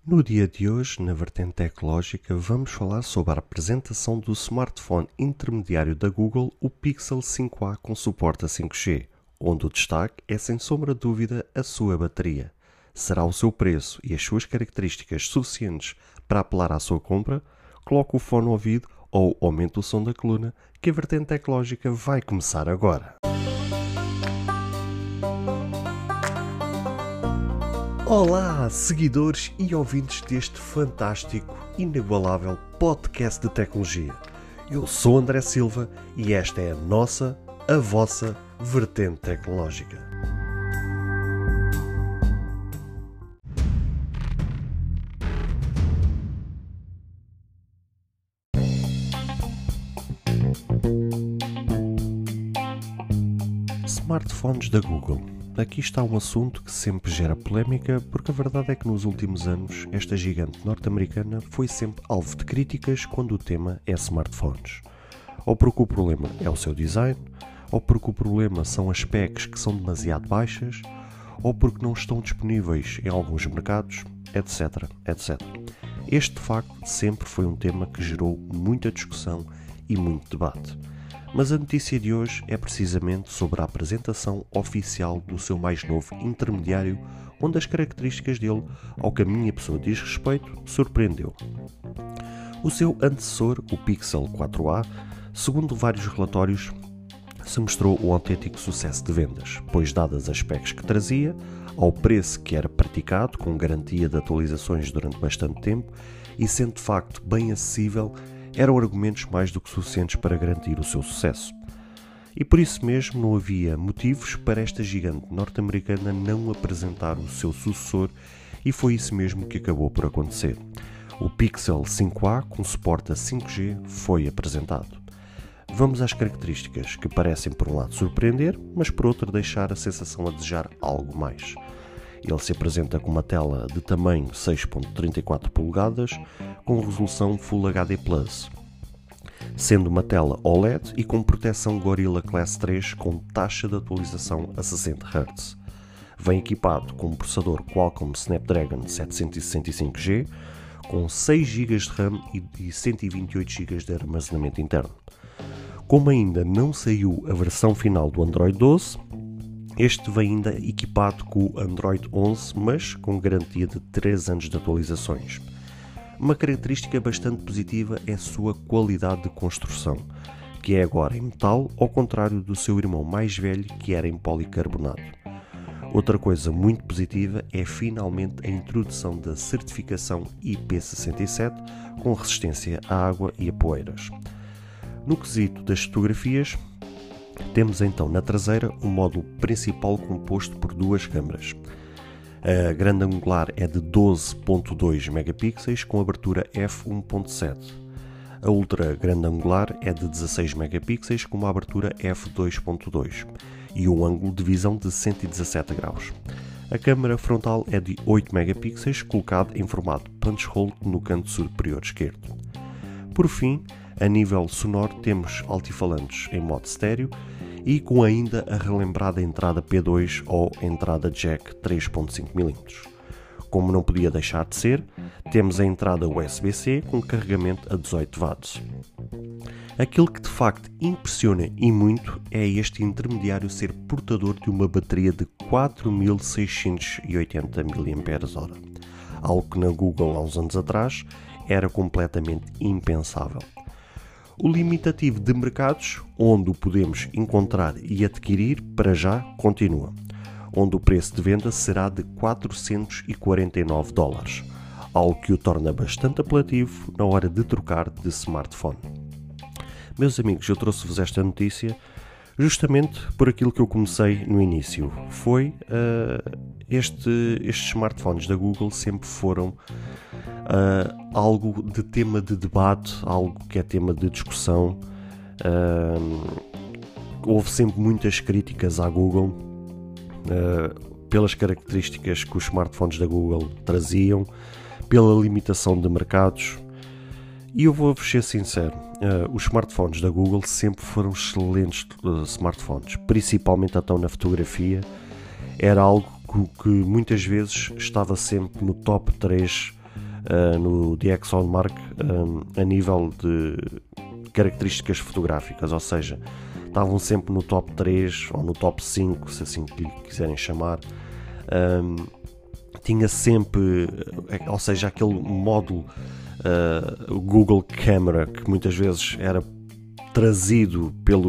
No dia de hoje, na vertente tecnológica, vamos falar sobre a apresentação do smartphone intermediário da Google, o Pixel 5a com suporte a 5G, onde o destaque é sem sombra de dúvida a sua bateria. Será o seu preço e as suas características suficientes para apelar à sua compra? Coloque o fone no ouvido ou aumente o som da coluna, que a vertente tecnológica vai começar agora. Olá, seguidores e ouvintes deste fantástico, inigualável podcast de tecnologia. Eu sou André Silva e esta é a vossa vertente tecnológica. Smartphones da Google. Aqui está um assunto que sempre gera polémica, porque a verdade é que nos últimos anos esta gigante norte-americana foi sempre alvo de críticas quando o tema é smartphones. Ou porque o problema é o seu design, ou porque o problema são as specs que são demasiado baixas, ou porque não estão disponíveis em alguns mercados, etc, etc. Este de facto sempre foi um tema que gerou muita discussão e muito debate. Mas a notícia de hoje é precisamente sobre a apresentação oficial do seu mais novo intermediário, onde as características dele, ao que a minha pessoa diz respeito, surpreendeu. O seu antecessor, o Pixel 4a, segundo vários relatórios, se mostrou um autêntico sucesso de vendas, pois dadas as specs que trazia, ao preço que era praticado, com garantia de atualizações durante bastante tempo, e sendo de facto bem acessível, eram argumentos mais do que suficientes para garantir o seu sucesso. E por isso mesmo não havia motivos para esta gigante norte-americana não apresentar o seu sucessor, e foi isso mesmo que acabou por acontecer. O Pixel 5a, com suporte a 5G, foi apresentado. Vamos às características, que parecem por um lado surpreender, mas por outro deixar a sensação a desejar algo mais. Ele se apresenta com uma tela de tamanho 6.34 polegadas com resolução Full HD+, sendo uma tela OLED e com proteção Gorilla Glass 3 com taxa de atualização a 60 Hz. Vem equipado com um processador Qualcomm Snapdragon 765G com 6 GB de RAM e 128 GB de armazenamento interno. Como ainda não saiu a versão final do Android 12, este vem ainda equipado com o Android 11, mas com garantia de 3 anos de atualizações. Uma característica bastante positiva é a sua qualidade de construção, que é agora em metal, ao contrário do seu irmão mais velho, que era em policarbonato. Outra coisa muito positiva é finalmente a introdução da certificação IP67 com resistência à água e a poeiras. No quesito das fotografias, temos então na traseira um módulo principal composto por duas câmaras. A grande angular é de 12.2 megapixels com abertura f1.7. A ultra grande angular é de 16 megapixels com uma abertura f2.2 e um ângulo de visão de 117 graus. A câmara frontal é de 8 megapixels colocada em formato punch hole no canto superior esquerdo. Por fim, a nível sonoro temos altifalantes em modo estéreo e com ainda a relembrada entrada P2 ou entrada jack 3.5 mm. Como não podia deixar de ser, temos a entrada USB-C com carregamento a 18 watts. Aquilo que de facto impressiona e muito é este intermediário ser portador de uma bateria de 4680 mAh, algo que na Google há uns anos atrás era completamente impensável. O limitativo de mercados, onde o podemos encontrar e adquirir, para já continua, onde o preço de venda será de $449, algo que o torna bastante apelativo na hora de trocar de smartphone. Meus amigos, eu trouxe-vos esta notícia justamente por aquilo que eu comecei no início. Foi estes smartphones da Google sempre foram algo de tema de debate, algo que é tema de discussão. Houve sempre muitas críticas à Google pelas características que os smartphones da Google traziam, pela limitação de mercados. E eu vou-vos ser sincero, os smartphones da Google sempre foram excelentes smartphones, principalmente então na fotografia. Era algo que muitas vezes estava sempre no top 3 no DxOMark a nível de características fotográficas, ou seja, estavam sempre no top 3 ou no top 5, se assim lhe quiserem chamar. Tinha sempre, ou seja, aquele módulo o Google Camera, que muitas vezes era trazido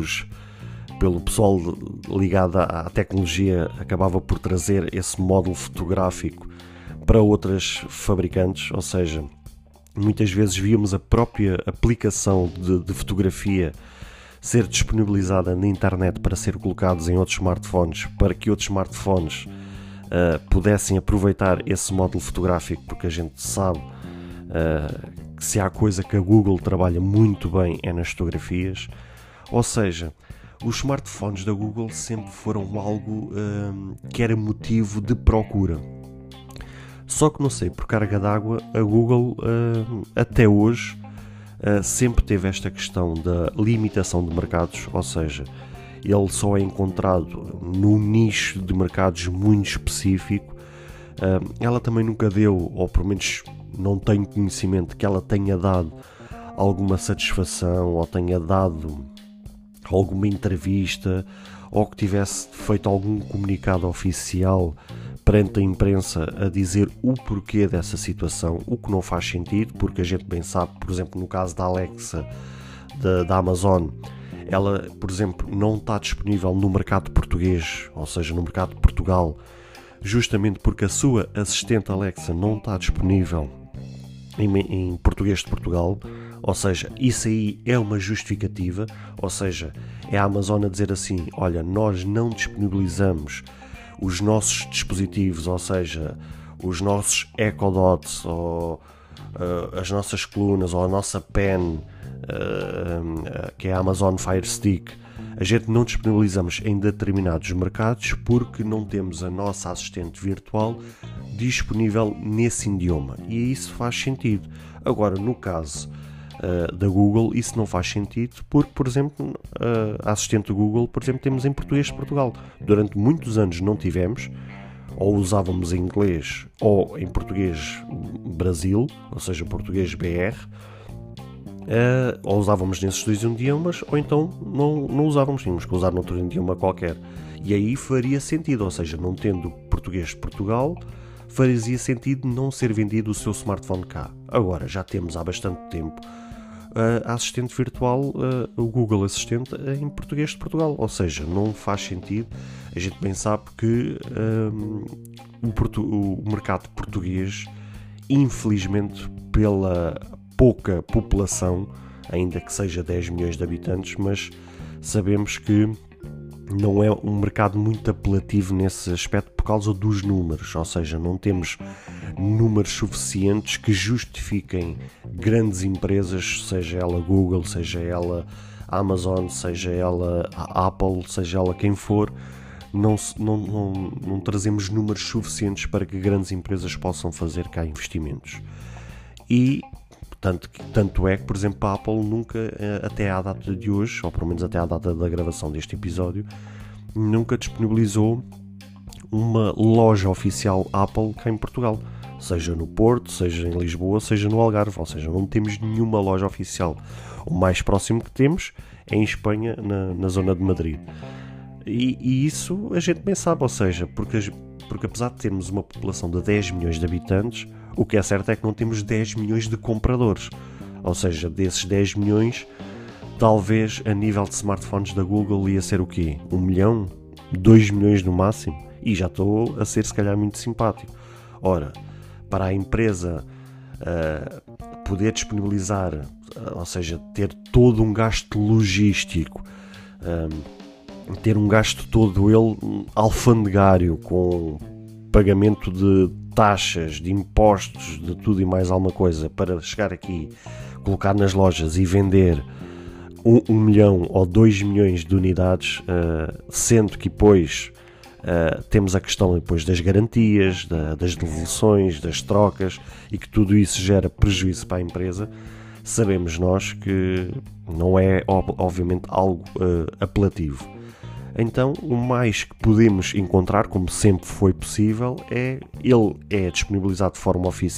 pelo pessoal ligado à tecnologia, acabava por trazer esse módulo fotográfico para outras fabricantes, ou seja, muitas vezes víamos a própria aplicação de fotografia ser disponibilizada na internet para ser colocados em outros smartphones, para que outros smartphones pudessem aproveitar esse módulo fotográfico, porque a gente sabe que se há coisa que a Google trabalha muito bem é nas fotografias. Ou seja, os smartphones da Google sempre foram algo que era motivo de procura. Só que não sei, por carga d'água, a Google até hoje sempre teve esta questão da limitação de mercados, ou seja, ele só é encontrado num nicho de mercados muito específico. Ela também nunca deu, ou pelo menos não tenho conhecimento que ela tenha dado alguma satisfação ou tenha dado alguma entrevista ou que tivesse feito algum comunicado oficial perante a imprensa a dizer o porquê dessa situação, o que não faz sentido, porque a gente bem sabe, por exemplo, no caso da Alexa da Amazon, ela, por exemplo, não está disponível no mercado português, ou seja, no mercado de Portugal, justamente porque a sua assistente Alexa não está disponível em português de Portugal. Ou seja, isso aí é uma justificativa, ou seja, é a Amazon a dizer assim, olha, nós não disponibilizamos os nossos dispositivos, ou seja, os nossos Echo Dots, ou as nossas colunas, ou a nossa pen, que é a Amazon Fire Stick, a gente não disponibilizamos em determinados mercados porque não temos a nossa assistente virtual disponível nesse idioma. E isso faz sentido. Agora, no caso da Google, isso não faz sentido porque, por exemplo, a assistente do Google, por exemplo, temos em português de Portugal. Durante muitos anos não tivemos, ou usávamos em inglês ou em português Brasil, ou seja, português BR, ou usávamos nesses dois idiomas, ou então não usávamos, tínhamos que usar noutro idioma qualquer. E aí faria sentido, ou seja, não tendo português de Portugal, faria sentido não ser vendido o seu smartphone cá. Agora, já temos há bastante tempo a assistente virtual, o Google Assistente, em português de Portugal. Ou seja, não faz sentido. A gente bem sabe que o mercado português, infelizmente, pela pouca população, ainda que seja 10 milhões de habitantes, mas sabemos que não é um mercado muito apelativo nesse aspecto por causa dos números, ou seja, não temos números suficientes que justifiquem grandes empresas, seja ela Google, seja ela Amazon, seja ela Apple, seja ela quem for, não trazemos números suficientes para que grandes empresas possam fazer cá investimentos. E tanto é que, por exemplo, a Apple nunca, até à data de hoje, ou pelo menos até à data da gravação deste episódio, nunca disponibilizou uma loja oficial Apple cá em Portugal, seja no Porto, seja em Lisboa, seja no Algarve, ou seja, não temos nenhuma loja oficial. O mais próximo que temos é em Espanha, na zona de Madrid. E isso a gente bem sabe, ou seja, porque apesar de termos uma população de 10 milhões de habitantes, o que é certo é que não temos 10 milhões de compradores. Ou seja, desses 10 milhões, talvez a nível de smartphones da Google ia ser o quê? 1 milhão? 2 milhões no máximo? E já estou a ser se calhar muito simpático. Ora, para a empresa poder disponibilizar, ou seja, ter todo um gasto logístico, ter um gasto todo ele alfandegário, com pagamento de taxas, de impostos, de tudo e mais alguma coisa, para chegar aqui, colocar nas lojas e vender 1 milhão ou 2 milhões de unidades, sendo que depois temos a questão depois das garantias, das devoluções, das trocas, e que tudo isso gera prejuízo para a empresa. Sabemos nós que não é obviamente algo apelativo. Então, o mais que podemos encontrar, como sempre foi possível, ele é disponibilizado de forma oficial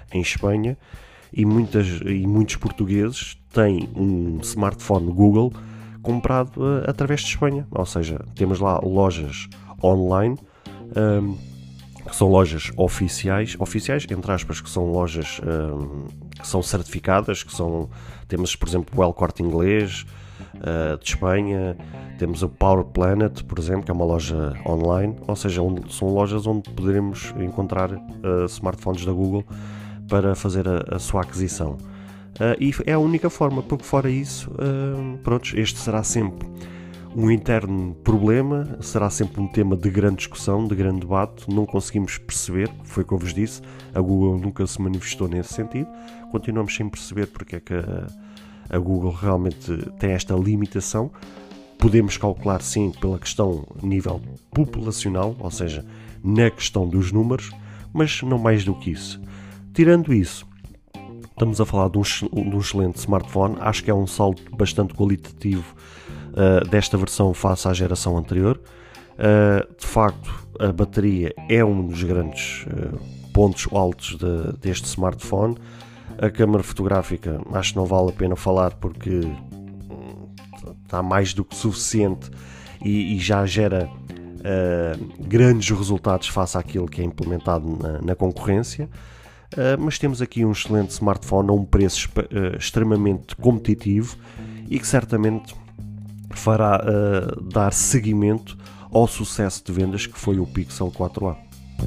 em Espanha e muitos portugueses têm um smartphone Google comprado através de Espanha. Ou seja, temos lá lojas online, que são lojas oficiais, entre aspas, que são lojas que são certificadas, temos, por exemplo, o El Corte Inglês de Espanha, temos o Power Planet, por exemplo, que é uma loja online, ou seja, são lojas onde poderemos encontrar smartphones da Google para fazer a sua aquisição. E é a única forma, porque fora isso, este será sempre um interno problema, será sempre um tema de grande discussão, de grande debate, não conseguimos perceber, foi o que eu vos disse, a Google nunca se manifestou nesse sentido, continuamos sem perceber porque é que a Google realmente tem esta limitação. Podemos calcular sim pela questão nível populacional, ou seja, na questão dos números, mas não mais do que isso. Tirando isso, estamos a falar de um excelente smartphone, acho que é um salto bastante qualitativo desta versão face à geração anterior. De facto, a bateria é um dos grandes pontos altos deste smartphone. A câmara fotográfica acho que não vale a pena falar porque está mais do que suficiente e já gera grandes resultados face àquilo que é implementado na concorrência. Mas temos aqui um excelente smartphone a um preço extremamente competitivo e que certamente fará dar seguimento ao sucesso de vendas que foi o Pixel 4a.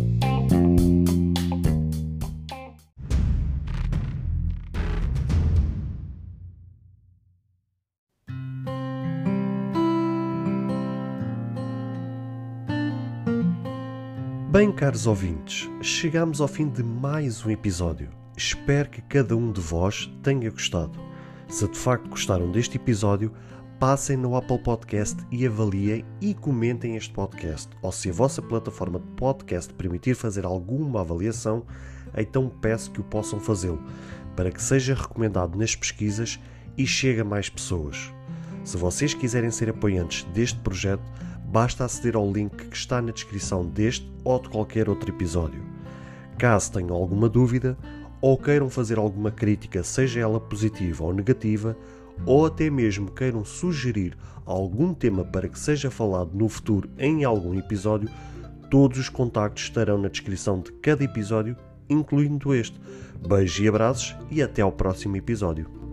Bem, caros ouvintes, chegamos ao fim de mais um episódio. Espero que cada um de vós tenha gostado. Se de facto gostaram deste episódio, passem no Apple Podcast e avaliem e comentem este podcast. Ou se a vossa plataforma de podcast permitir fazer alguma avaliação, então peço que o possam fazê-lo, para que seja recomendado nas pesquisas e chegue a mais pessoas. Se vocês quiserem ser apoiantes deste projeto, basta aceder ao link que está na descrição deste ou de qualquer outro episódio. Caso tenham alguma dúvida ou queiram fazer alguma crítica, seja ela positiva ou negativa, ou até mesmo queiram sugerir algum tema para que seja falado no futuro em algum episódio, todos os contactos estarão na descrição de cada episódio, incluindo este. Beijos e abraços e até ao próximo episódio.